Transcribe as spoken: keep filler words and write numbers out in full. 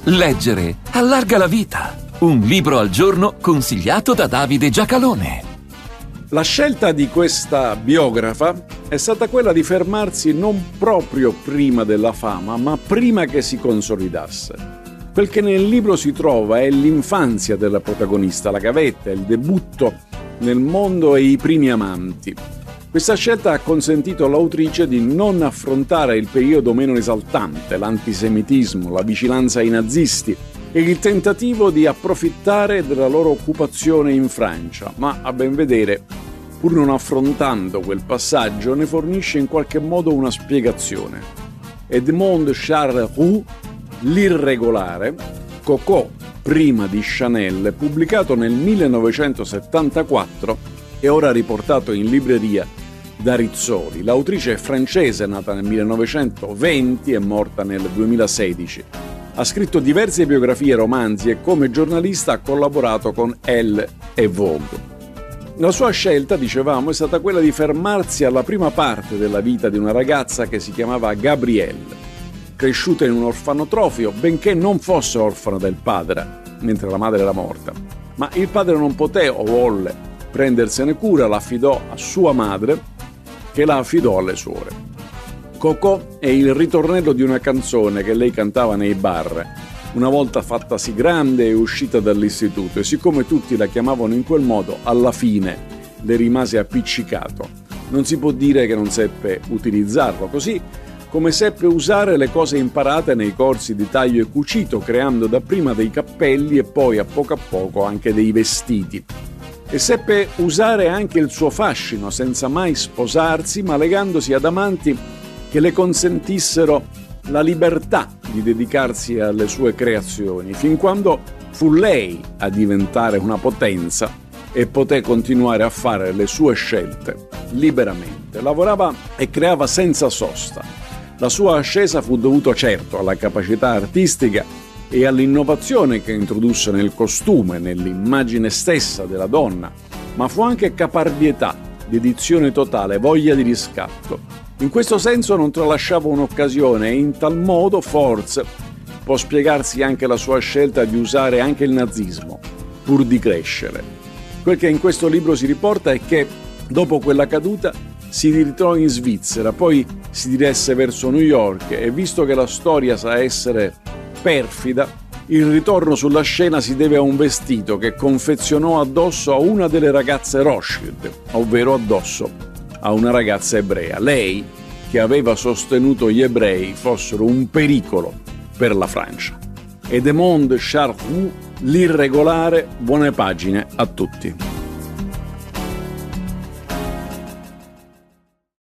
Leggere allarga la vita. Un libro al giorno consigliato da Davide Giacalone. La scelta di questa biografa è stata quella di fermarsi non proprio prima della fama, ma prima che si consolidasse. Quel che nel libro si trova è l'infanzia della protagonista, la gavetta, il debutto nel mondo e i primi amanti. Questa scelta ha consentito all'autrice di non affrontare il periodo meno esaltante, l'antisemitismo, la vicinanza ai nazisti e il tentativo di approfittare della loro occupazione in Francia, ma a ben vedere, pur non affrontando quel passaggio, ne fornisce in qualche modo una spiegazione. Edmond Charles Roux, L'irregolare, Coco prima di Chanel, pubblicato nel millenovecentosettantaquattro e ora riportato in libreria da Rizzoli. L'autrice è francese, nata nel millenovecentoventi e morta nel duemilasedici. Ha scritto diverse biografie e romanzi e come giornalista ha collaborato con Elle e Vogue. La sua scelta, dicevamo, è stata quella di fermarsi alla prima parte della vita di una ragazza che si chiamava Gabrielle, cresciuta in un orfanotrofio, benché non fosse orfana del padre, mentre la madre era morta. Ma il padre non poté o volle prendersene cura, l'affidò a sua madre, che la affidò alle suore. Coco è il ritornello di una canzone che lei cantava nei bar, una volta fattasi grande e uscita dall'istituto, e siccome tutti la chiamavano in quel modo, alla fine le rimase appiccicato. Non si può dire che non seppe utilizzarlo, così come seppe usare le cose imparate nei corsi di taglio e cucito, creando dapprima dei cappelli e poi a poco a poco anche dei vestiti. E seppe usare anche il suo fascino senza mai sposarsi, ma legandosi ad amanti che le consentissero la libertà di dedicarsi alle sue creazioni, fin quando fu lei a diventare una potenza e poté continuare a fare le sue scelte liberamente. Lavorava e creava senza sosta. La sua ascesa fu dovuta certo alla capacità artistica e all'innovazione che introdusse nel costume, nell'immagine stessa della donna, ma fu anche caparbietà, dedizione totale, voglia di riscatto. In questo senso non tralasciava un'occasione e in tal modo forse può spiegarsi anche la sua scelta di usare anche il nazismo, pur di crescere. Quel che in questo libro si riporta è che dopo quella caduta si ritrovò in Svizzera, poi si diresse verso New York e visto che la storia sa essere perfida, il ritorno sulla scena si deve a un vestito che confezionò addosso a una delle ragazze Rothschild, ovvero addosso a una ragazza ebrea, lei che aveva sostenuto gli ebrei fossero un pericolo per la Francia. Edmond Charles Roux, L'irregolare, buone pagine a tutti.